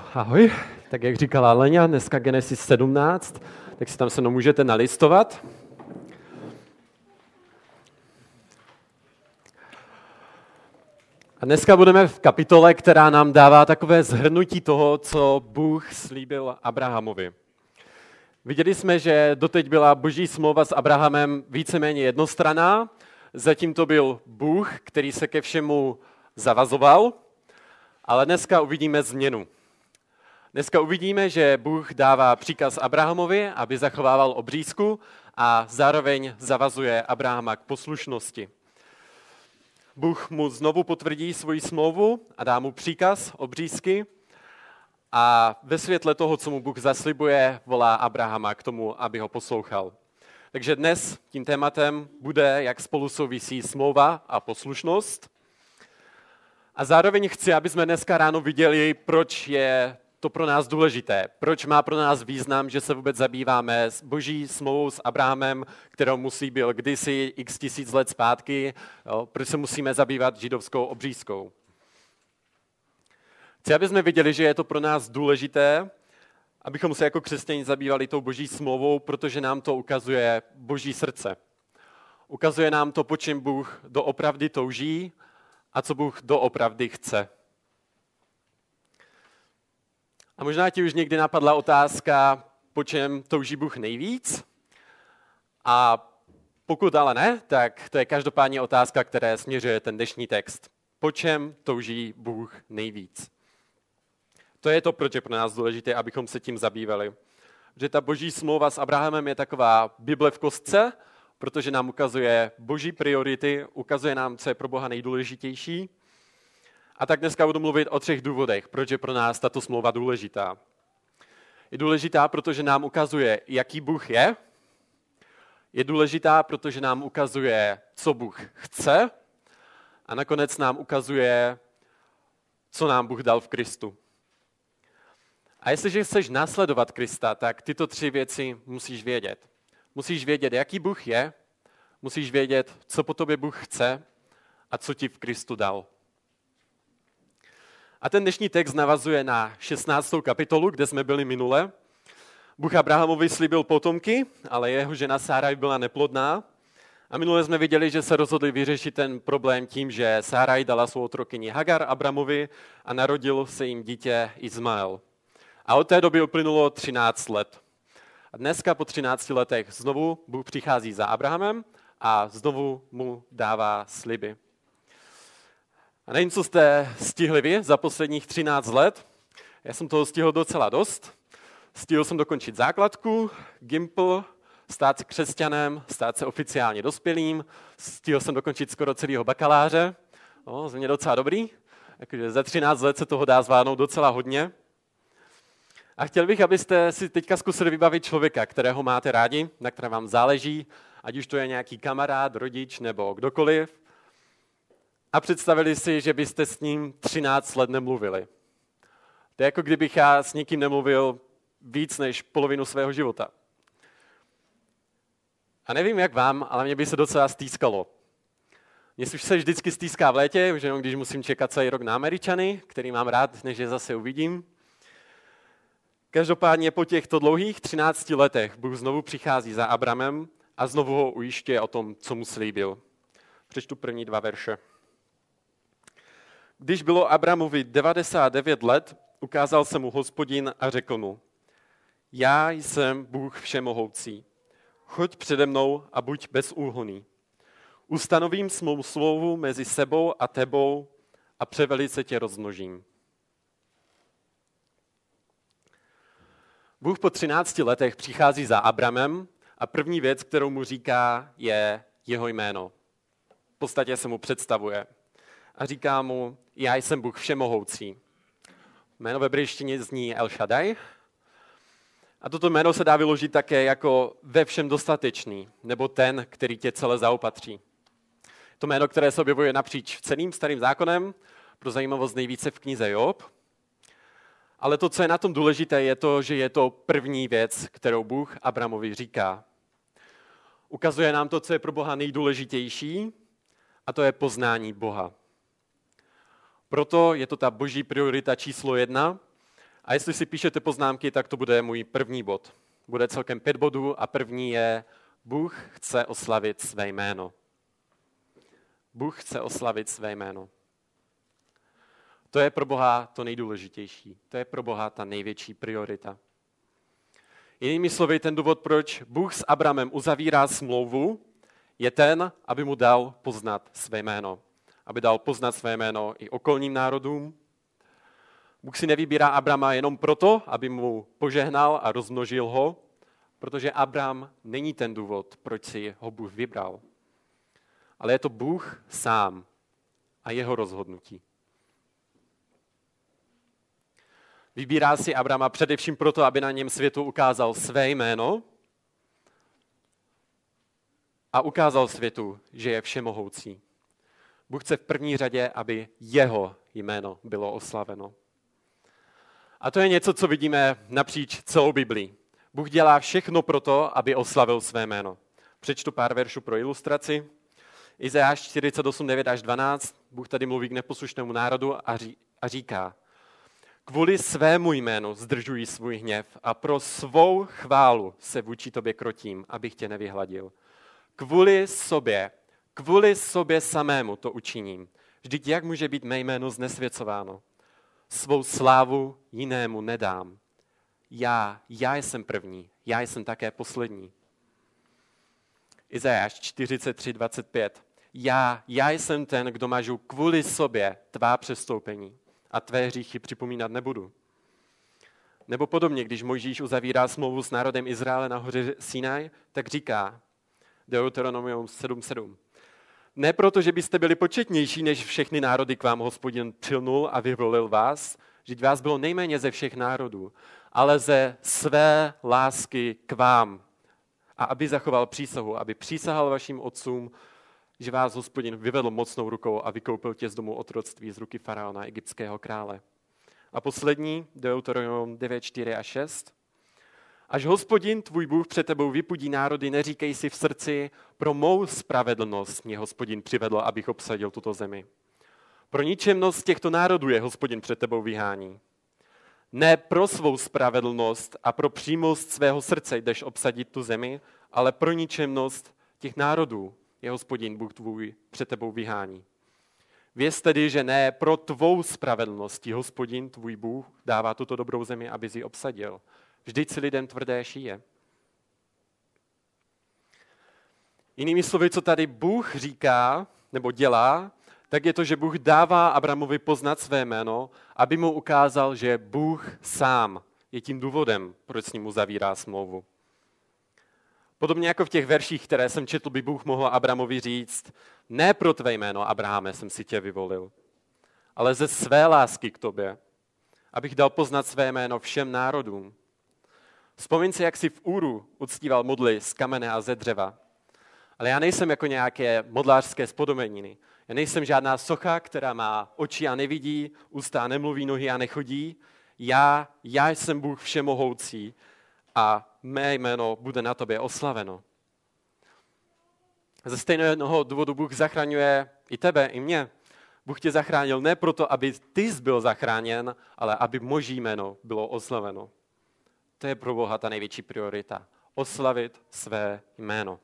Ahoj, tak jak říkala Leňa, dneska Genesis 17, tak si tam se mnou můžete nalistovat. A dneska budeme v kapitole, která nám dává takové shrnutí toho, co Bůh slíbil Abrahamovi. Viděli jsme, že doteď byla boží smlouva s Abrahamem víceméně jednostranná, zatím to byl Bůh, který se ke všemu zavazoval, ale dneska uvidíme změnu. Dneska uvidíme, že Bůh dává příkaz Abrahamovi, aby zachovával obřízku a zároveň zavazuje Abrahama k poslušnosti. Bůh mu znovu potvrdí svoji smlouvu a dá mu příkaz obřízky a ve světle toho, co mu Bůh zaslibuje, volá Abrahama k tomu, aby ho poslouchal. Takže dnes tím tématem bude, jak spolu souvisí smlouva a poslušnost. A zároveň chci, aby jsme dneska ráno viděli, proč je to pro nás důležité. Proč má pro nás význam, že se vůbec zabýváme s boží smlouvou s Abrahamem, kterou mu slíbil kdysi x tisíc let zpátky, proč se musíme zabývat židovskou obřízkou. Chci, aby jsme viděli, že je to pro nás důležité, abychom se jako křesťané zabývali tou boží smlouvou, protože nám to ukazuje boží srdce. Ukazuje nám to, po čem Bůh doopravdy touží a co Bůh doopravdy chce. A možná ti už někdy napadla otázka, po čem touží Bůh nejvíc? A pokud ale ne, tak to je každopádně otázka, které směřuje ten dnešní text. Po čem touží Bůh nejvíc? To je to, proč je pro nás důležité, abychom se tím zabývali. Že ta boží smlouva s Abrahamem je taková Bible v kostce, protože nám ukazuje boží priority, ukazuje nám, co je pro Boha nejdůležitější. A tak dneska budu mluvit o 3 důvodech, proč je pro nás tato smlouva důležitá. Je důležitá, protože nám ukazuje, jaký Bůh je. Je důležitá, protože nám ukazuje, co Bůh chce. A nakonec nám ukazuje, co nám Bůh dal v Kristu. A jestliže chceš následovat Krista, tak tyto 3 věci musíš vědět. Musíš vědět, jaký Bůh je, musíš vědět, co po tobě Bůh chce a co ti v Kristu dal. A ten dnešní text navazuje na 16. kapitolu, kde jsme byli minule. Bůh Abrahamovi slíbil potomky, ale jeho žena Sáraj byla neplodná. A minule jsme viděli, že se rozhodli vyřešit ten problém tím, že Sáraj dala svou otrokyni Hagar Abramovi a narodil se jim dítě Izmael. A od té doby uplynulo 13 let. A dneska po 13 letech znovu Bůh přichází za Abrahamem a znovu mu dává sliby. A nevím, co jste stihli vy za posledních 13 let. Já jsem toho stihl docela dost. Stihl jsem dokončit základku, Gimpl, stát se křesťanem, stát se oficiálně dospělým. Stihl jsem dokončit skoro celého bakaláře. Za mě docela dobrý. Takže za 13 let se toho dá zvládnout docela hodně. A chtěl bych, abyste si teďka zkusili vybavit člověka, kterého máte rádi, na kterém vám záleží, ať už to je nějaký kamarád, rodič nebo kdokoliv. A představili si, že byste s ním 13 let nemluvili. To je jako kdybych já s někým nemluvil víc než polovinu svého života. A nevím, jak vám, ale mě by se docela stýskalo. Mně se vždycky stýská v létě, už jenom když musím čekat celý rok na Američany, který mám rád, než je zase uvidím. Každopádně po těchto dlouhých 13 letech Bůh znovu přichází za Abramem a znovu ho ujišťuje o tom, co mu slíbil. Přečtu první 2 verše. Když bylo Abramovi 99 let, ukázal se mu Hospodin a řekl mu: Já jsem Bůh všemohoucí. Choď přede mnou a buď bezúhonný. Ustanovím svou smlouvu mezi sebou a tebou a převelice tě rozmnožím. Bůh po 13 letech přichází za Abramem a první věc, kterou mu říká, je jeho jméno. V podstatě se mu představuje. A říká mu: Já jsem Bůh všemohoucí. Jméno ve hebrejštině zní El Shaddai. A toto jméno se dá vyložit také jako ve všem dostatečný, nebo ten, který tě celé zaopatří. To jméno, které se objevuje napříč celým starým zákonem, pro zajímavost nejvíce v knize Job. Ale to, co je na tom důležité, je to, že je to první věc, kterou Bůh Abramovi říká. Ukazuje nám to, co je pro Boha nejdůležitější, a to je poznání Boha. Proto je to ta boží priorita číslo 1 A jestli si píšete poznámky, tak to bude můj první bod. Bude celkem 5 bodů a první je: Bůh chce oslavit své jméno. Bůh chce oslavit své jméno. To je pro Boha to nejdůležitější. To je pro Boha ta největší priorita. Jinými slovy, ten důvod, proč Bůh s Abramem uzavírá smlouvu, je ten, aby mu dal poznat své jméno. Aby dal poznat své jméno i okolním národům. Bůh si nevybírá Abrama jenom proto, aby mu požehnal a rozmnožil ho, protože Abram není ten důvod, proč si ho Bůh vybral. Ale je to Bůh sám a jeho rozhodnutí. Vybírá si Abrama především proto, aby na něm světu ukázal své jméno a ukázal světu, že je všemohoucí. Bůh chce v první řadě, aby jeho jméno bylo oslaveno. A to je něco, co vidíme napříč celou Biblii. Bůh dělá všechno pro to, aby oslavil své jméno. Přečtu pár veršů pro ilustraci. Izajáš 48, 9 až 12. Bůh tady mluví k neposlušnému národu a říká: Kvůli svému jménu zdržuji svůj hněv a pro svou chválu se vůči tobě krotím, abych tě nevyhladil. Kvůli sobě samému to učiním. Vždyť jak může být mé jméno znesvěcováno? Svou slávu jinému nedám. Já jsem první, já jsem také poslední. Izajáš 43, 25. Já jsem ten, kdo mažu kvůli sobě tvá přestoupení a tvé hříchy připomínat nebudu. Nebo podobně, když Mojžíš uzavírá smlouvu s národem Izraele na hoře Sinaj, tak říká Deuteronomium 7.7. Ne proto, že byste byli početnější než všechny národy, k vám Hospodin přilnul a vyvolil vás, vždyť vás bylo nejméně ze všech národů, ale ze své lásky k vám. A aby zachoval přísahu, aby přísahal vašim otcům, že vás Hospodin vyvedl mocnou rukou a vykoupil tě z domu otroctví z ruky faraona, egyptského krále. A poslední, Deuteronomium 9, 4 a 6. Až Hospodin, tvůj Bůh, před tebou vypudí národy, neříkej si v srdci: pro mou spravedlnost mě Hospodin přivedl, abych obsadil tuto zemi. Pro ničemnost těchto národů je Hospodin před tebou vyhání. Ne pro svou spravedlnost a pro přímost svého srdce jdeš obsadit tu zemi, ale pro ničemnost těch národů je Hospodin Bůh tvůj před tebou vyhání. Věz tedy, že ne pro tvou spravedlnost ti Hospodin tvůj Bůh dává tuto dobrou zemi, aby ji obsadil. Vždyť si lidem tvrdé šíje. Jinými slovy, co tady Bůh říká nebo dělá, tak je to, že Bůh dává Abramovi poznat své jméno, aby mu ukázal, že Bůh sám je tím důvodem, proč s ním uzavírá smlouvu. Podobně jako v těch verších, které jsem četl, by Bůh mohl Abramovi říct: ne pro tvé jméno, Abrahame, jsem si tě vyvolil, ale ze své lásky k tobě, abych dal poznat své jméno všem národům. Vzpomeň si, jak jsi v Úru uctíval modly z kamene a ze dřeva. Ale já nejsem jako nějaké modlářské spodomeniny. Já nejsem žádná socha, která má oči a nevidí, ústa a nemluví, nohy a nechodí. Já jsem Bůh všemohoucí a mé jméno bude na tobě oslaveno. Ze stejného důvodu Bůh zachraňuje i tebe, i mě. Bůh tě zachránil ne proto, aby ty byl zachráněn, ale aby Boží jméno bylo oslaveno. To je pro Boha ta největší priorita. Oslavit své jméno.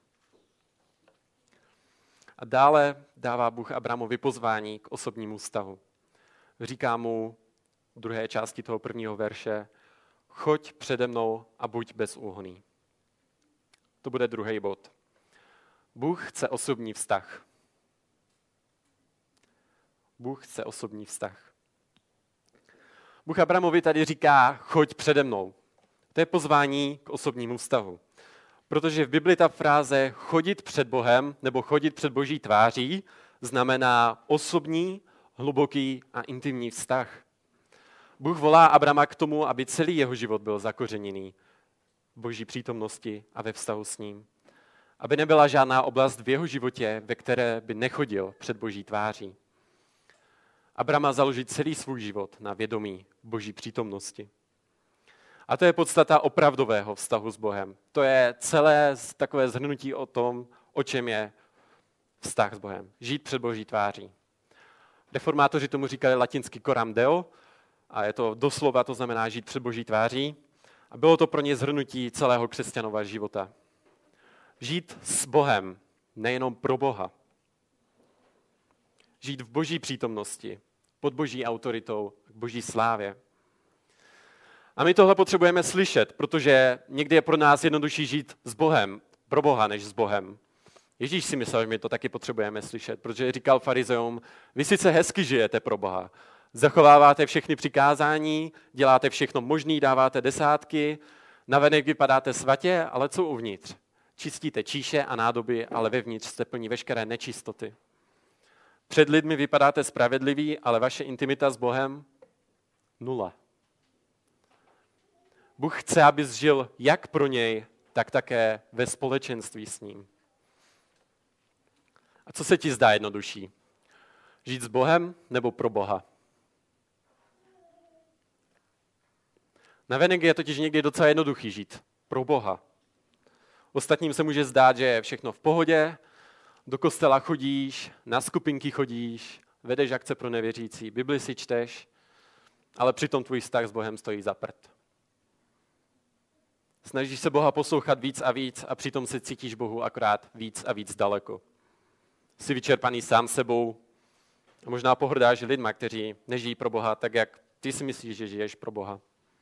A dále dává Bůh Abramovi pozvání k osobnímu vztahu. Říká mu v druhé části toho prvního verše: choď přede mnou a buď bezúhonný. To bude druhý bod. Bůh chce osobní vztah. Bůh chce osobní vztah. Bůh Abramovi tady říká: choď přede mnou. To je pozvání k osobnímu vztahu. Protože v Bibli ta fráze chodit před Bohem nebo chodit před Boží tváří znamená osobní, hluboký a intimní vztah. Bůh volá Abrama k tomu, aby celý jeho život byl zakořeněný v Boží přítomnosti a ve vztahu s ním. Aby nebyla žádná oblast v jeho životě, ve které by nechodil před Boží tváří. Abrama založit celý svůj život na vědomí Boží přítomnosti. A to je podstata opravdového vztahu s Bohem. To je celé takové shrnutí o tom, o čem je vztah s Bohem. Žít před Boží tváří. Reformátoři tomu říkali latinsky coram Deo A je to doslova, to znamená žít před Boží tváří. A bylo to pro ně shrnutí celého křesťanova života. Žít s Bohem, nejenom pro Boha. Žít v Boží přítomnosti, pod Boží autoritou, k Boží slávě. A my tohle potřebujeme slyšet, protože někdy je pro nás jednodušší žít s Bohem, pro Boha, než s Bohem. Ježíš si myslel, že my to taky potřebujeme slyšet, protože říkal farizeům, vy sice hezky žijete pro Boha, zachováváte všechny přikázání, děláte všechno možné, dáváte desátky, navenek vypadáte svatě, ale co uvnitř? Čistíte číše a nádoby, ale vevnitř jste plní veškeré nečistoty. Před lidmi vypadáte spravedliví, ale vaše intimita s Bohem nula. Bůh chce, abys žil jak pro něj, tak také ve společenství s ním. A co se ti zdá jednodušší? Žít s Bohem nebo pro Boha? Navenek je totiž někdy docela jednoduchý žít pro Boha. Ostatním se může zdát, že je všechno v pohodě, do kostela chodíš, na skupinky chodíš, vedeš akce pro nevěřící, Bibli si čteš, ale přitom tvůj vztah s Bohem stojí za prd. Snažíš se Boha poslouchat víc a přitom se cítíš Bohu akorát víc a víc daleko. Jsi vyčerpaný sám sebou a možná pohrdáš lidma, kteří nežijí pro Boha tak, jak ty si myslíš, že žiješ pro Boha.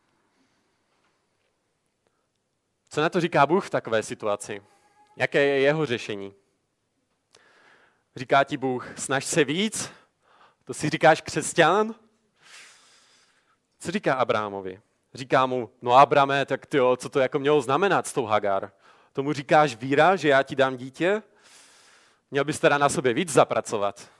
Co na to říká Bůh v takové situaci? Jaké je jeho řešení? Říká ti Bůh, snaž se víc? To si říkáš křesťan? Co říká Abrahamovi? Říká mu, no Abrame, tak tyjo, co to jako mělo znamenat s tou Hagar? Tomu říkáš víra, že já ti dám dítě? Měl bys teda na sobě víc zapracovat.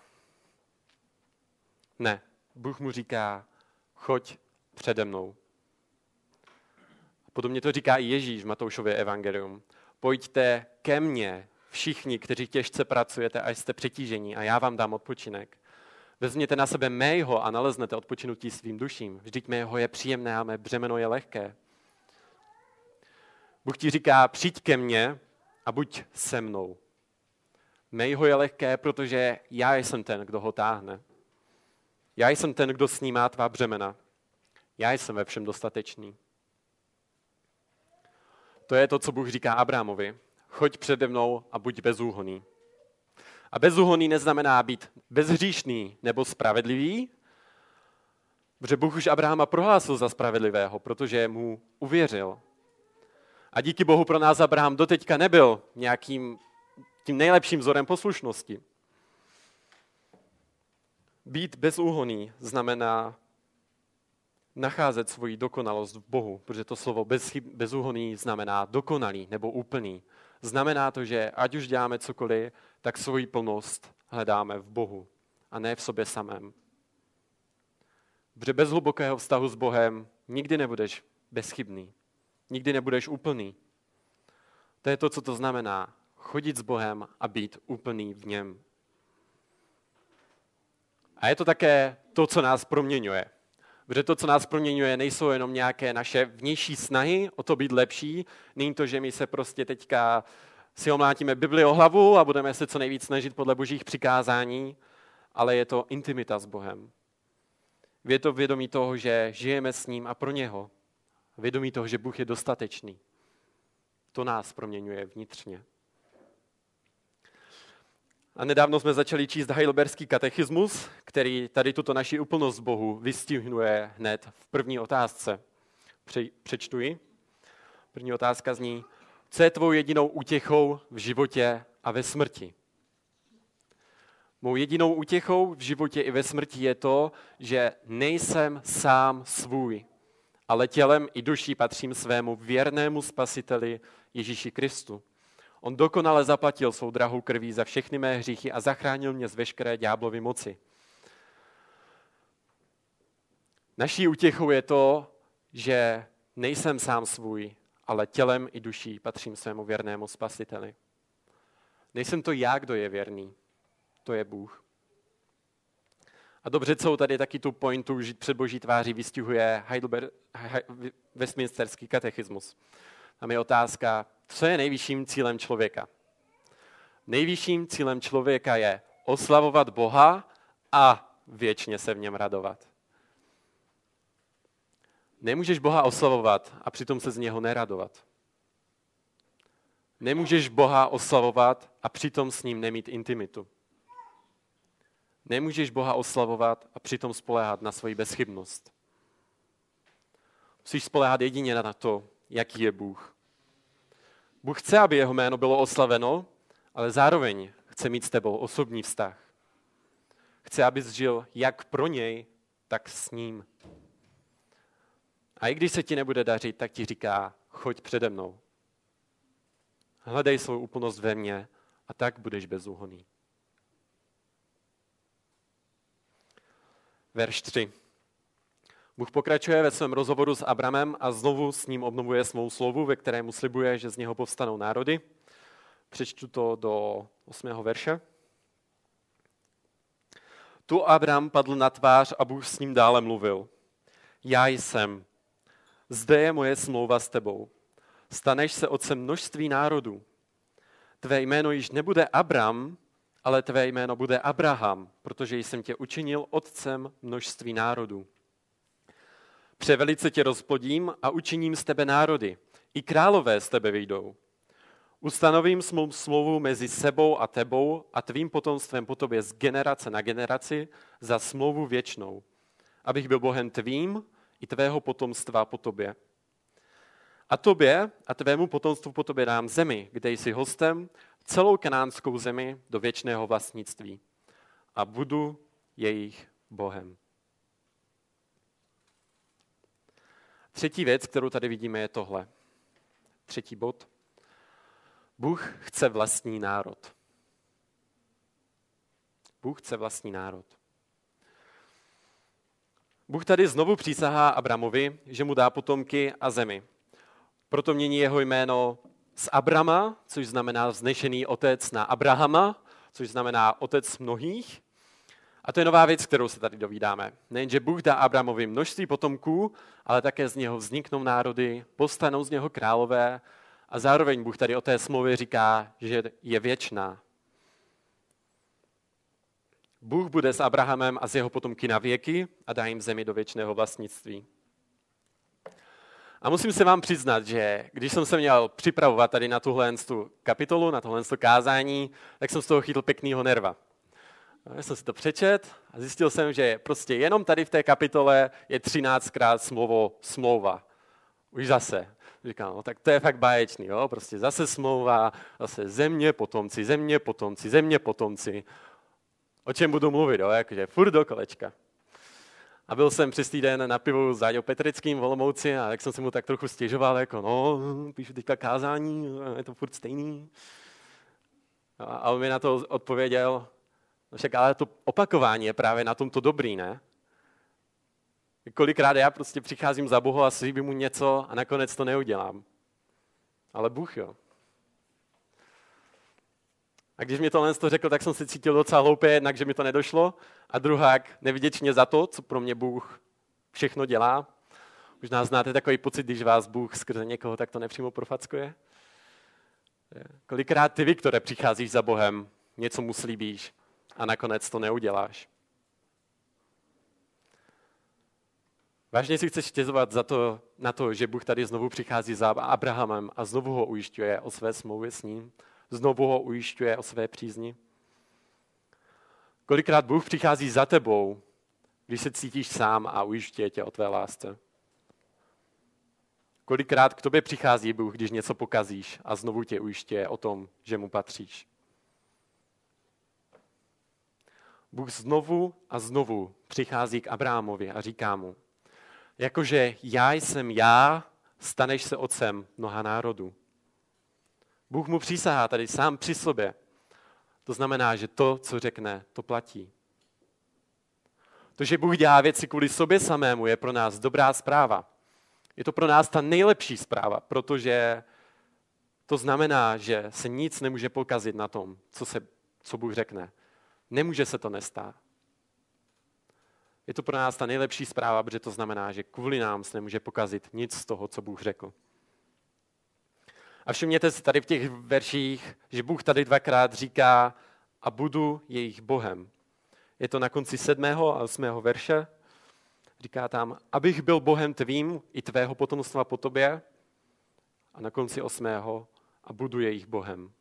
Ne, Bůh mu říká, choď přede mnou. Podobně to říká i Ježíš v Matoušově evangelium. Pojďte ke mně, všichni, kteří těžce pracujete a jste přetížení a já vám dám odpočinek. Vezměte na sebe mého a naleznete odpočinutí svým duším. Vždyť mého je příjemné a mé břemeno je lehké. Bůh ti říká, přijď ke mně a buď se mnou. Mého je lehké, protože já jsem ten, kdo ho táhne. Já jsem ten, kdo snímá tvá břemena. Já jsem ve všem dostatečný. To je to, co Bůh říká Abrahamovi. Choď přede mnou a buď bezúhonný. A bezúhonný neznamená být bezhříšný nebo spravedlivý, protože Bůh už Abrahama prohlásil za spravedlivého, protože mu uvěřil. A díky Bohu pro nás Abraham doteďka nebyl nějakým tím nejlepším vzorem poslušnosti. Být bezúhonný znamená nacházet svoji dokonalost v Bohu, protože to slovo bezúhonný znamená dokonalý nebo úplný. Znamená to, že ať už děláme cokoliv, tak svoji plnost hledáme v Bohu a ne v sobě samém. Protože bez hlubokého vztahu s Bohem nikdy nebudeš bezchybný, nikdy nebudeš úplný. To je to, co to znamená chodit s Bohem a být úplný v něm. A je to také to, co nás proměňuje. Protože to, co nás proměňuje, nejsou jenom nějaké naše vnější snahy o to být lepší. Není to, že my se prostě teďka si omlátíme Bibli o hlavu a budeme se co nejvíc snažit podle Božích přikázání, ale je to intimita s Bohem. Je to vědomí toho, že žijeme s ním a pro něho. Vědomí toho, že Bůh je dostatečný. To nás proměňuje vnitřně. A nedávno jsme začali číst Heidelberský katechismus, který tady tuto naši úplnost Bohu vystihuje hned v první otázce. Přečtu ji. První otázka zní, co je tvou jedinou útěchou v životě a ve smrti? Mou jedinou útěchou v životě i ve smrti je to, že nejsem sám svůj, ale tělem i duší patřím svému věrnému spasiteli Ježíši Kristu. On dokonale zaplatil svou drahou krví za všechny mé hříchy a zachránil mě z veškeré ďáblovy moci. Naší útěchou je to, že nejsem sám svůj, ale tělem i duší patřím svému věrnému spasiteli. Nejsem to já, kdo je věrný, to je Bůh. A dobře, co tady taky tu pointu žít před Boží tváří vystihuje Westminsterský katechismus. Tam je otázka, co je nejvyšším cílem člověka? Nejvyšším cílem člověka je oslavovat Boha a věčně se v něm radovat. Nemůžeš Boha oslavovat a přitom se z něho neradovat. Nemůžeš Boha oslavovat a přitom s ním nemít intimitu. Nemůžeš Boha oslavovat a přitom spoléhat na svoji bezchybnost. Musíš spoléhat jedině na to, jaký je Bůh. Bůh chce, aby jeho jméno bylo oslaveno, ale zároveň chce mít s tebou osobní vztah. Chce, abys žil jak pro něj, tak s ním. A i když se ti nebude dařit, tak ti říká, choď přede mnou. Hledej svou úplnost ve mně a tak budeš bezúhonný. Verš 3. Bůh pokračuje ve svém rozhovoru s Abramem a znovu s ním obnovuje svou slovu, ve kterému slibuje, že z něho povstanou národy. Přečtu to do 8. verše. Tu Abram padl na tvář a Bůh s ním dále mluvil. Já jsem. Zde je moje smlouva s tebou. Staneš se otcem množství národů. Tvé jméno již nebude Abram, ale tvé jméno bude Abraham, protože jsem tě učinil otcem množství národů. Převelice tě rozplodím a učiním z tebe národy. I králové z tebe vyjdou. Ustanovím smlouvu mezi sebou a tebou a tvým potomstvem po tobě z generace na generaci za smlouvu věčnou, abych byl Bohem tvým i tvého potomstva po tobě. A tobě a tvému potomstvu po tobě dám zemi, kde jsi hostem, celou kanánskou zemi do věčného vlastnictví. A budu jejich Bohem. Třetí věc, kterou tady vidíme, je tohle. Třetí bod. Bůh chce vlastní národ. Bůh chce vlastní národ. Bůh tady znovu přísahá Abramovi, že mu dá potomky a zemi. Proto mění jeho jméno z Abrama, což znamená vznešený otec, na Abrahama, což znamená otec mnohých. A to je nová věc, kterou se tady dovídáme. Nejenže Bůh dá Abramovi množství potomků, ale také z něho vzniknou národy, povstanou z něho králové a zároveň Bůh tady o té smlouvě říká, že je věčná. Bůh bude s Abrahamem a s jeho potomky na věky a dá jim zemi do věčného vlastnictví. A musím se vám přiznat, že když jsem se měl připravovat tady na tuhle kapitolu, na tohle kázání, tak jsem z toho chytl pěknýho nerva. Já jsem si to přečet a zjistil jsem, že prostě jenom tady v té kapitole je 13krát slovo smlouva. Už zase. Říkám, no tak to je fakt báječný, jo? Prostě zase smlouva, zase země, potomci, země, potomci, země, potomci. O čem budu mluvit, jo? Jakože furt do kolečka. A byl jsem přes týden na pivu s Áďou Petrickým v Olomouci a tak jsem se mu tak trochu stěžoval, jako no, píšu teďka kázání, je to furt stejný. A on mi na to odpověděl, no však ale to opakování je právě na tom to dobrý, ne? Kolikrát já prostě přicházím za Boha a slíbím mu něco a nakonec to neudělám. Ale Bůh jo. A když mi tohle řekl, tak jsem se cítil docela hloupě, jednak, že mi to nedošlo, a druhák nevděčně za to, co pro mě Bůh všechno dělá. Možná znáte takový pocit, když vás Bůh skrze někoho tak to nepřímo profackuje. Kolikrát ty, Viktore, přicházíš za Bohem, něco mu slíbíš a nakonec to neuděláš. Vážně si chceš stěžovat na to, že Bůh tady znovu přichází za Abrahamem a znovu ho ujišťuje o své smlouvě s ním, znovu ho ujišťuje o své přízni. Kolikrát Bůh přichází za tebou, když se cítíš sám a ujišťuje tě o tvé lásce. Kolikrát k tobě přichází Bůh, když něco pokazíš a znovu tě ujišťuje o tom, že mu patříš. Bůh znovu a znovu přichází k Abrahamovi a říká mu, jakože já jsem já, staneš se otcem mnoha národů. Bůh mu přísahá tady sám při sobě. To znamená, že to, co řekne, to platí. To, že Bůh dělá věci kvůli sobě samému, je pro nás dobrá zpráva. Je to pro nás ta nejlepší zpráva, protože to znamená, že se nic nemůže pokazit na tom, co Bůh řekne. Nemůže se to nestát. Je to pro nás ta nejlepší zpráva, protože to znamená, že kvůli nám se nemůže pokazit nic z toho, co Bůh řekl. A všimněte si tady v těch verších, že Bůh tady dvakrát říká a budu jejich Bohem. Je to na konci 7. a 8. verše. Říká tam, abych byl Bohem tvým i tvého potomstva po tobě, a na konci 8. a budu jejich Bohem.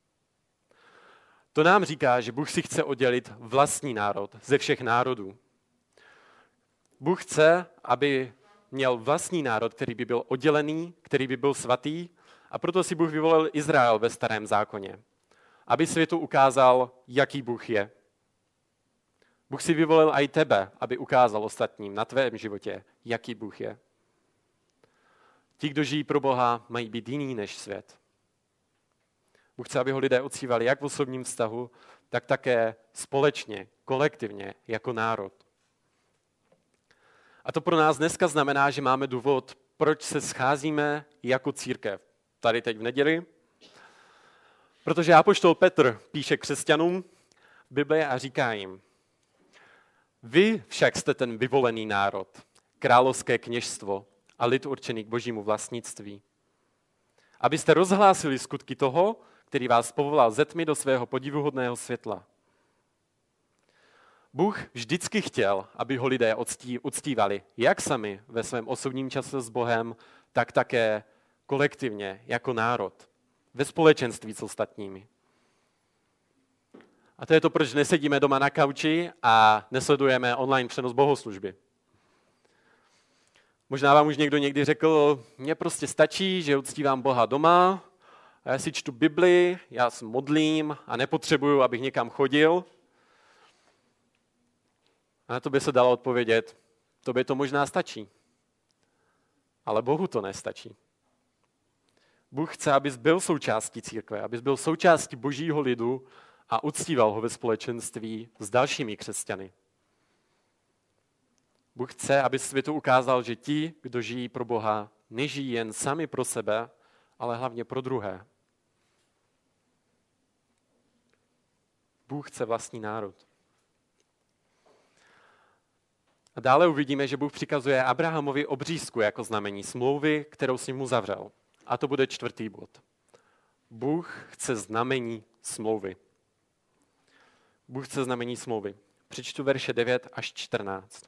To nám říká, že Bůh si chce oddělit vlastní národ ze všech národů. Bůh chce, aby měl vlastní národ, který by byl oddělený, který by byl svatý, a proto si Bůh vyvolil Izrael ve Starém zákoně, aby světu ukázal, jaký Bůh je. Bůh si vyvolil i tebe, aby ukázal ostatním na tvém životě, jaký Bůh je. Ti, kdo žijí pro Boha, mají být jiný než svět. Bůh chce, aby ho lidé uctívali jak v osobním vztahu, tak také společně, kolektivně, jako národ. A to pro nás dneska znamená, že máme důvod, proč se scházíme jako církev. Tady teď v neděli. Protože apoštol Petr píše křesťanům v Bibli a říká jim, vy však jste ten vyvolený národ, královské kněžstvo a lid určený k božímu vlastnictví. Abyste rozhlásili skutky toho, který vás povolal ze tmy do svého podivuhodného světla. Bůh vždycky chtěl, aby ho lidé uctívali, jak sami ve svém osobním čase s Bohem, tak také kolektivně, jako národ, ve společenství s ostatními. A to je to, proč nesedíme doma na kauči a nesledujeme online přenos bohoslužby. Možná vám už někdo někdy řekl, mně prostě stačí, že uctívám Boha doma, a já si čtu Bibli, já se modlím a nepotřebuju, abych někam chodil. A na to by se dalo odpovědět, tobě to možná stačí. Ale Bohu to nestačí. Bůh chce, abys byl součástí církve, abys byl součástí božího lidu a uctíval ho ve společenství s dalšími křesťany. Bůh chce, aby světu ukázal, že ti, kdo žijí pro Boha, nežijí jen sami pro sebe, ale hlavně pro druhé. Bůh chce vlastní národ. A dále uvidíme, že Bůh přikazuje Abrahamovi obřízku jako znamení smlouvy, kterou s ním uzavřel. A to bude 4. bod. Bůh chce znamení smlouvy. Bůh chce znamení smlouvy. Přečtu verše 9 až 14.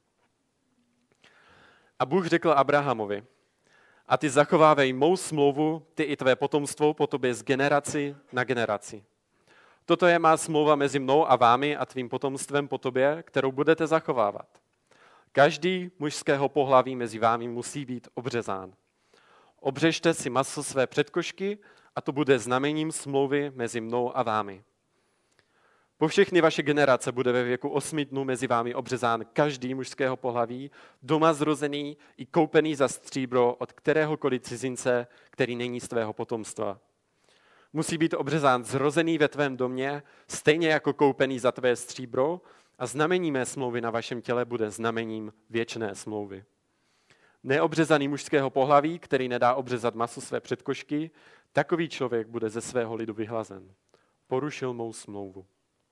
A Bůh řekl Abrahamovi, a ty zachovávej mou smlouvu, ty i tvé potomstvo po tobě z generaci na generaci. Toto je má smlouva mezi mnou a vámi a tvým potomstvem po tobě, kterou budete zachovávat. Každý mužského pohlaví mezi vámi musí být obřezán. Obřežte si maso své předkošky a to bude znamením smlouvy mezi mnou a vámi. Po všechny vaše generace bude ve věku 8 dnů mezi vámi obřezán každý mužského pohlaví, doma zrozený i koupený za stříbro od kteréhokoliv cizince, který není z tvého potomstva. Musí být obřezán zrozený ve tvém domě, stejně jako koupený za tvé stříbro, a znamení mé smlouvy na vašem těle bude znamením věčné smlouvy. Neobřezaný mužského pohlaví, který nedá obřezat maso své předkošky, takový člověk bude ze svého lidu vyhlazen. Porušil mou smlouvu.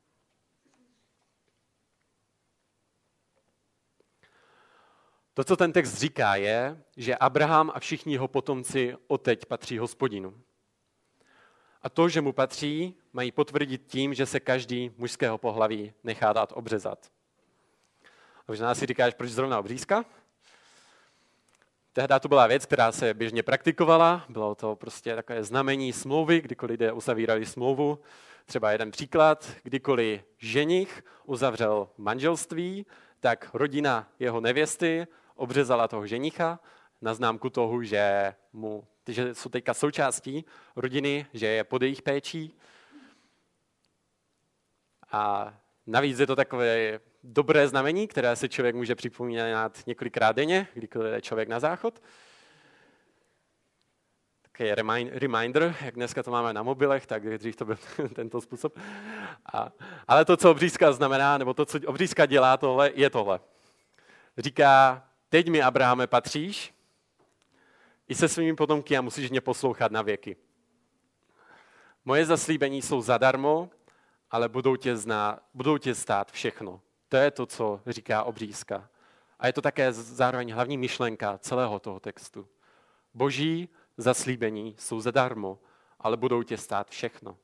To, co ten text říká, je, že Abraham a všichni jeho potomci odteď patří Hospodinu. A to, že mu patří, mají potvrdit tím, že se každý mužského pohlaví nechá dát obřezat. A možná si říkáš, proč zrovna obřízka? Tehdy to byla věc, která se běžně praktikovala. Bylo to prostě takové znamení smlouvy, kdykoliv lidé uzavírali smlouvu. Třeba jeden příklad, kdykoliv ženich uzavřel manželství, tak rodina jeho nevěsty obřezala toho ženicha na známku toho, že jsou teďka součástí rodiny, že je pod jejich péčí. A navíc je to takové dobré znamení, které se člověk může připomínat několikrát denně, kdykoliv je člověk na záchod. Takový reminder, jak dneska to máme na mobilech, tak dřív to byl tento způsob. Ale to, co obřízka znamená, nebo to, co obřízka dělá, je tohle. Říká, teď mi, Abrahame, patříš i se svými potomky a musíš mě poslouchat na věky. Moje zaslíbení jsou zadarmo, ale budou tě stát všechno. To je to, co říká obřízka. A je to také zároveň hlavní myšlenka celého toho textu. Boží zaslíbení jsou zadarmo, ale budou tě stát všechno.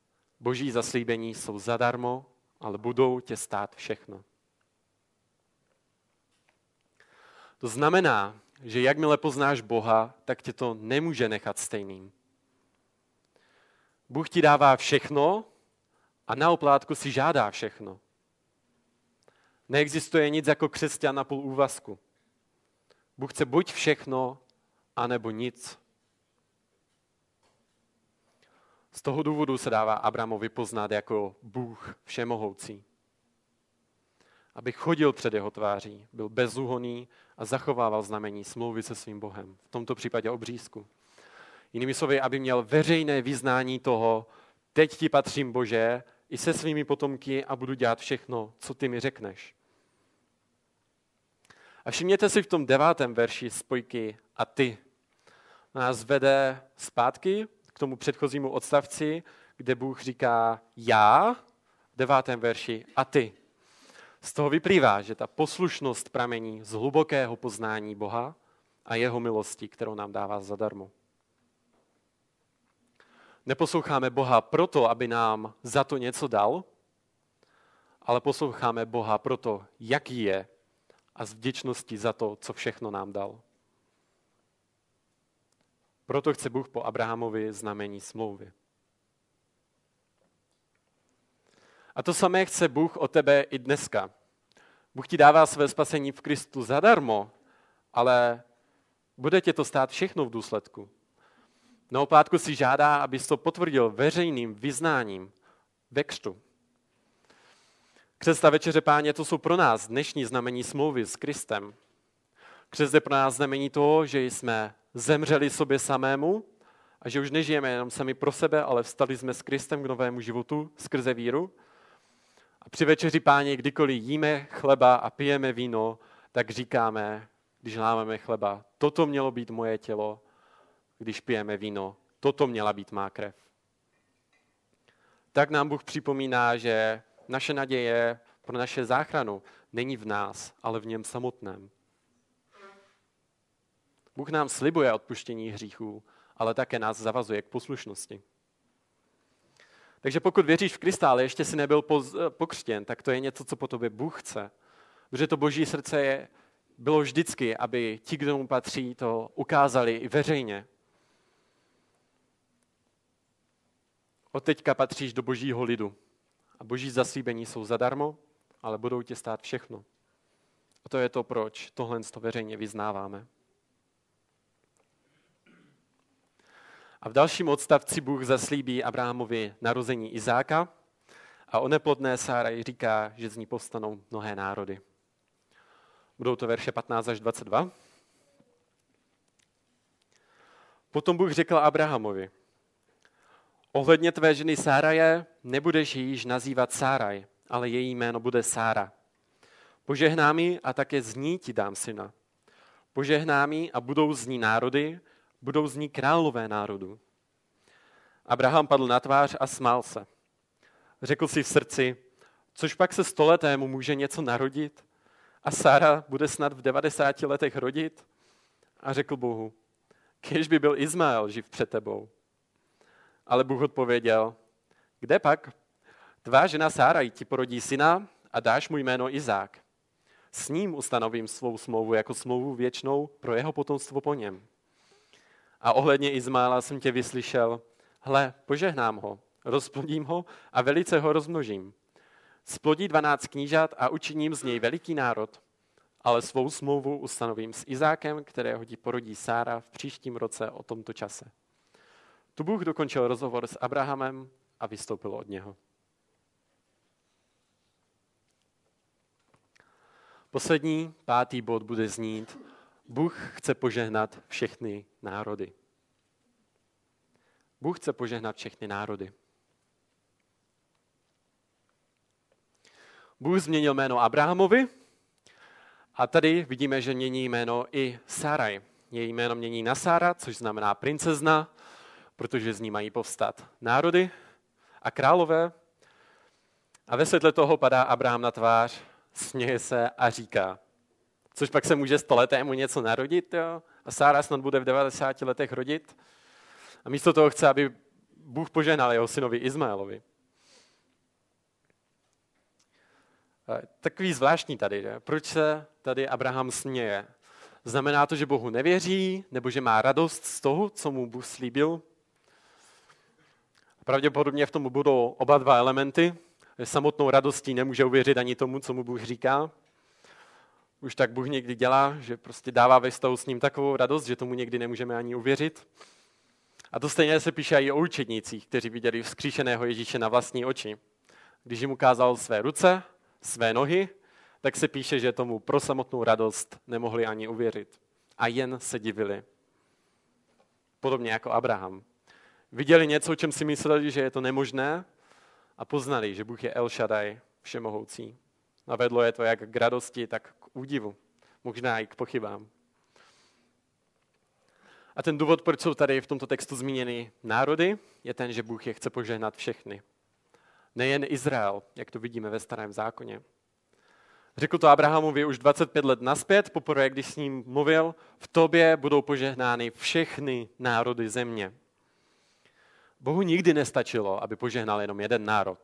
Boží zaslíbení jsou zadarmo, ale budou tě stát všechno. To znamená, že jakmile poznáš Boha, tak tě to nemůže nechat stejným. Bůh ti dává všechno a na oplátku si žádá všechno. Neexistuje nic jako křesťan na půl úvazku. Bůh chce buď všechno, anebo nic. Z toho důvodu se dává Abrahamovi poznat jako Bůh všemohoucí. Aby chodil před jeho tváří, byl bezúhonný a zachovával znamení smlouvy se svým Bohem. V tomto případě obřízku. Jinými slovy, aby měl veřejné vyznání toho, teď ti patřím Bože, i se svými potomky a budu dělat všechno, co ty mi řekneš. A všimněte si v tom 9. verši spojky a ty. Nás vede zpátky k tomu předchozímu odstavci, kde Bůh říká já, v 9. verši a ty. Z toho vyplývá, že ta poslušnost pramení z hlubokého poznání Boha a jeho milosti, kterou nám dává zadarmo. Neposloucháme Boha proto, aby nám za to něco dal, ale posloucháme Boha proto, jaký je a z vděčnosti za to, co všechno nám dal. Proto chce Bůh po Abrahamovi znamení smlouvy. A to samé chce Bůh od tebe i dneska. Bůh ti dává své spasení v Kristu zadarmo, ale bude tě to stát všechno v důsledku. Na oplátku si žádá, abys to potvrdil veřejným vyznáním ve křtu. Křest a večeře Páně, to jsou pro nás dnešní znamení smlouvy s Kristem. Křest je pro nás znamení toho, že jsme zemřeli sobě samému a že už nežijeme jenom sami pro sebe, ale vstali jsme s Kristem k novému životu skrze víru. A při večeři Páně, kdykoliv jíme chleba a pijeme víno, tak říkáme, když lámeme chleba, toto mělo být moje tělo, když pijeme víno, toto měla být má krev. Tak nám Bůh připomíná, že naše naděje pro naše záchranu není v nás, ale v něm samotném. Bůh nám slibuje odpuštění hříchů, ale také nás zavazuje k poslušnosti. Takže pokud věříš v Krista, ale ještě si nebyl pokřtěn, tak to je něco, co po tobě Bůh chce. Protože to Boží srdce bylo vždycky, aby ti, kdo mu patří, to ukázali i veřejně. Od teďka patříš do Božího lidu. A Boží zaslíbení jsou zadarmo, ale budou tě stát všechno. A to je to, proč tohle veřejně vyznáváme. A v dalším odstavci Bůh zaslíbí Abrahamovi narození Izáka a o neplodné Sárai říká, že z ní povstanou mnohé národy. Budou to verše 15 až 22. Potom Bůh řekl Abrahamovi, ohledně tvé ženy Sáraje nebudeš ji již nazývat Sáraj, ale její jméno bude Sára. Požehnám ji a také z ní ti dám syna. Požehnám ji a budou z ní národy, budou z ní králové národů. Abraham padl na tvář a smál se. Řekl si v srdci, což pak se 100letému může něco narodit? A Sára bude snad v 90 letech rodit? A řekl Bohu, kéž by byl Izmael živ před tebou. Ale Bůh odpověděl, kde pak? Tvá žena Sára ti porodí syna a dáš mu jméno Izák. S ním ustanovím svou smlouvu jako smlouvu věčnou pro jeho potomstvo po něm. A ohledně Izmaela jsem tě vyslyšel, hle, požehnám ho, rozplodím ho a velice ho rozmnožím. Splodí 12 knížat a učiním z něj veliký národ, ale svou smlouvu ustanovím s Izákem, kterého ti porodí Sára v příštím roce o tomto čase. Tu Bůh dokončil rozhovor s Abrahamem a vystoupil od něho. Poslední, 5. bod bude znít, Bůh chce požehnat všechny národy. Bůh chce požehnat všechny národy. Bůh změnil jméno Abrahamovi a tady vidíme, že mění jméno i Sáraj. Její jméno mění na Sára, což znamená princezna, protože z ní mají povstat národy a králové. A ve světle toho padá Abraham na tvář, směje se a říká, což pak se může 100letému něco narodit, jo? A Sára snad bude v 90 letech rodit. A místo toho chce, aby Bůh požehnal jeho synovi Izmaelovi. Takový zvláštní tady, že? Proč se tady Abraham směje? Znamená to, že Bohu nevěří, nebo že má radost z toho, co mu Bůh slíbil? Pravděpodobně v tom budou oba dva elementy. Samotnou radostí nemůže uvěřit ani tomu, co mu Bůh říká. Už tak Bůh někdy dělá, že prostě dává ve vztahu s ním takovou radost, že tomu někdy nemůžeme ani uvěřit. A to stejně se píše i o učednících, kteří viděli vzkříšeného Ježíše na vlastní oči. Když jim ukázal své ruce, své nohy, tak se píše, že tomu pro samotnou radost nemohli ani uvěřit. A jen se divili. Podobně jako Abraham. Viděli něco, o čem si mysleli, že je to nemožné, a poznali, že Bůh je El Shaddai, všemohoucí. A vedlo je to jak k radosti, tak k údivu. Možná i k pochybám. A ten důvod, proč jsou tady v tomto textu zmíněny národy, je ten, že Bůh je chce požehnat všechny. Nejen Izrael, jak to vidíme ve Starém zákoně. Řekl to Abrahamovi už 25 let nazpět, poprvé, když s ním mluvil, v tobě budou požehnány všechny národy země. Bohu nikdy nestačilo, aby požehnal jenom jeden národ.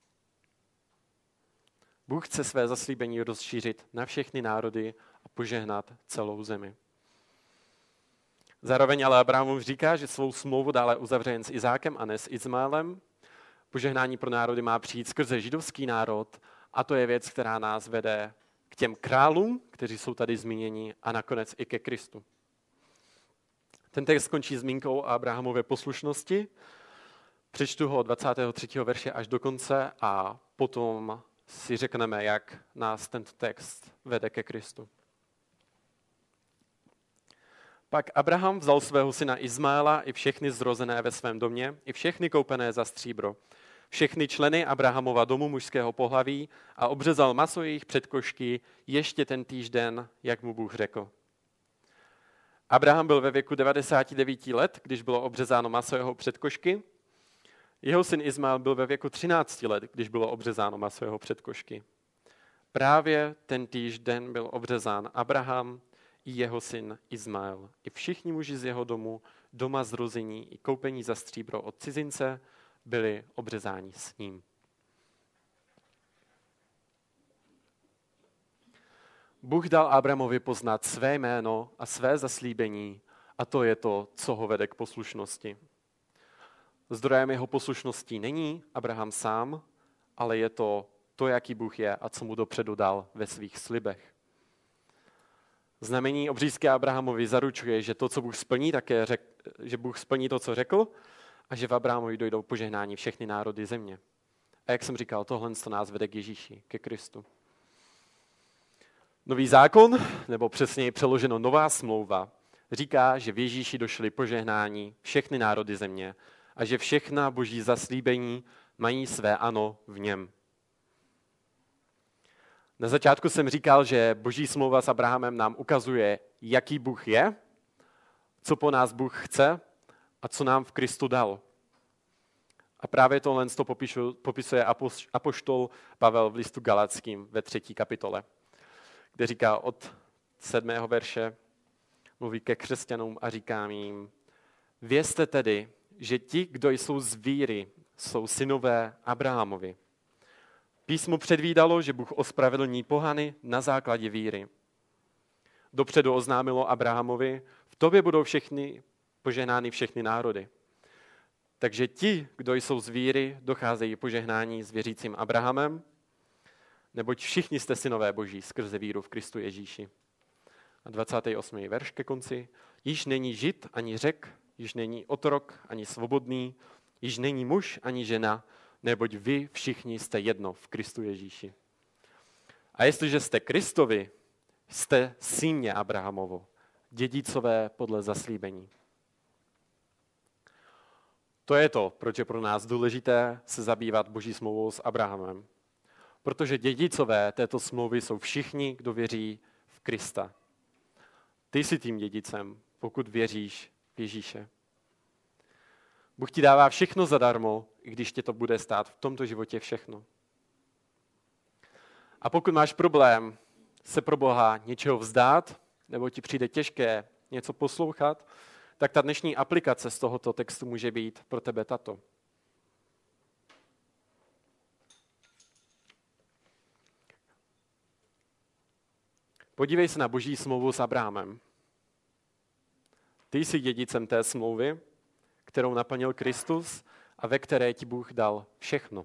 Bůh chce své zaslíbení rozšířit na všechny národy a požehnat celou zemi. Zároveň ale Abrahamův říká, že svou smlouvu dále uzavře jen s Izákem a ne s Izmaelem. Požehnání pro národy má přijít skrze židovský národ a to je věc, která nás vede k těm králům, kteří jsou tady zmíněni, a nakonec i ke Kristu. Ten text skončí zmínkou o Abrahamově poslušnosti. Přečtu ho od 23. verše až do konce a potom si řekneme, jak nás tento text vede ke Kristu. Pak Abraham vzal svého syna Izmaela i všechny zrozené ve svém domě, i všechny koupené za stříbro, všechny členy Abrahamova domu mužského pohlaví a obřezal maso jejich předkošky ještě ten týžden, jak mu Bůh řekl. Abraham byl ve věku 99 let, když bylo obřezáno maso jeho předkošky. Jeho syn Izmael byl ve věku 13 let, když bylo obřezáno maso jeho předkošky. Právě ten týžden byl obřezán Abraham i jeho syn Izmael. I všichni muži z jeho domu, doma zrození i koupení za stříbro od cizince byli obřezáni s ním. Bůh dal Abrahamovi poznat své jméno a své zaslíbení a to je to, co ho vede k poslušnosti. Zdrojem jeho poslušnosti není Abraham sám, ale je to, jaký Bůh je a co mu dopředu dal ve svých slibech. Znamení obřízky Abrahamovi zaručuje, že to, co Bůh splní, že Bůh splní to, co řekl, a že v Abrahamovi dojdou požehnání všechny národy země. A jak jsem říkal, tohle nás vede k Ježíši, ke Kristu. Nový zákon, nebo přesněji přeloženo nová smlouva, říká, že v Ježíši došly požehnání všechny národy země a že všechna boží zaslíbení mají své ano v něm. Na začátku jsem říkal, že boží smlouva s Abrahamem nám ukazuje, jaký Bůh je, co po nás Bůh chce a co nám v Kristu dal. A právě tohle popisuje apoštol Pavel v listu Galackým ve 3. kapitole, kde říká od 7. verše, mluví ke křesťanům a říká jim, vězte tedy, že ti, kdo jsou z víry, jsou synové Abrahamovi. Písmo předvídalo, že Bůh ospravedlní pohany na základě víry. Dopředu oznámilo Abrahamovi, v tobě budou požehnány všechny národy. Takže ti, kdo jsou z víry, docházejí požehnání s věřícím Abrahamem, neboť všichni jste synové Boží skrze víru v Kristu Ježíši. A 28. verš ke konci. Již není žid ani Řek, již není otrok ani svobodný, již není muž ani žena, neboť vy všichni jste jedno v Kristu Ježíši. A jestliže jste Kristovi, jste syně Abrahamovo, dědicové podle zaslíbení. To je to, proč je pro nás důležité se zabývat Boží smlouvou s Abrahamem. Protože dědicové této smlouvy jsou všichni, kdo věří v Krista. Ty jsi tím dědicem, pokud věříš v Ježíše. Bůh ti dává všechno zadarmo, i když tě to bude stát v tomto životě všechno. A pokud máš problém se pro Boha něčeho vzdát, nebo ti přijde těžké něco poslouchat, tak ta dnešní aplikace z tohoto textu může být pro tebe tato. Podívej se na Boží smlouvu s Abrahamem. Ty jsi dědicem té smlouvy, kterou naplnil Kristus a ve které ti Bůh dal všechno.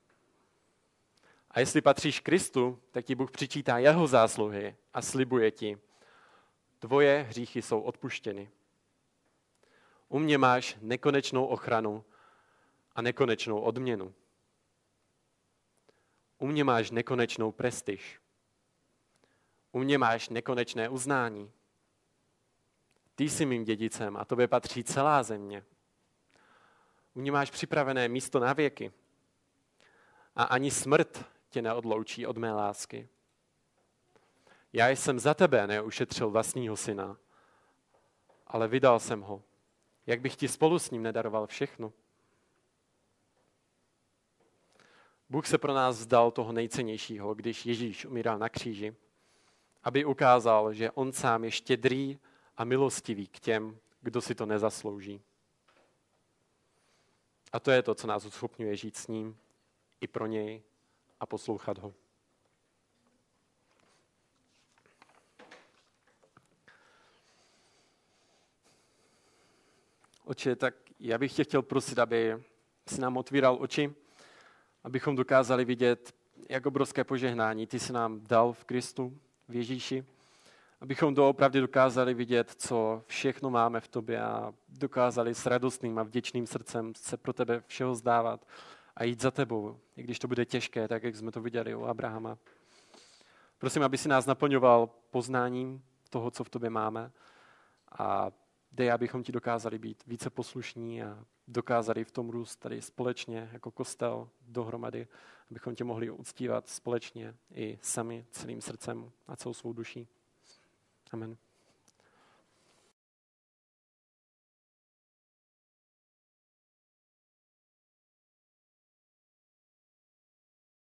A jestli patříš Kristu, tak ti Bůh přičítá jeho zásluhy a slibuje ti, tvoje hříchy jsou odpuštěny. U mě máš nekonečnou ochranu a nekonečnou odměnu. U mě máš nekonečnou prestiž. U mě máš nekonečné uznání. Ty jsi mým dědicem a tobě patří celá země. U mě máš připravené místo na věky. A ani smrt tě neodloučí od mé lásky. Já jsem za tebe neušetřil vlastního syna, ale vydal jsem ho. Jak bych ti spolu s ním nedaroval všechno? Bůh se pro nás vzdal toho nejcennějšího, když Ježíš umíral na kříži, aby ukázal, že on sám je štědrý a milostivý k těm, kdo si to nezaslouží. A to je to, co nás uschopňuje žít s ním i pro něj a poslouchat ho. Otče, tak já bych tě chtěl prosit, aby si nám otvíral oči, abychom dokázali vidět, jak obrovské požehnání ty jsi nám dal v Kristu, v Ježíši, abychom doopravdy dokázali vidět, co všechno máme v tobě a dokázali s radostným a vděčným srdcem se pro tebe všeho zdávat a jít za tebou, i když to bude těžké, tak jak jsme to viděli u Abrahama. Prosím, aby si nás naplňoval poznáním toho, co v tobě máme a dej, abychom ti dokázali být více poslušní a dokázali v tom růst tady společně jako kostel dohromady, abychom tě mohli uctívat společně i sami celým srdcem a celou svou duší. Amen.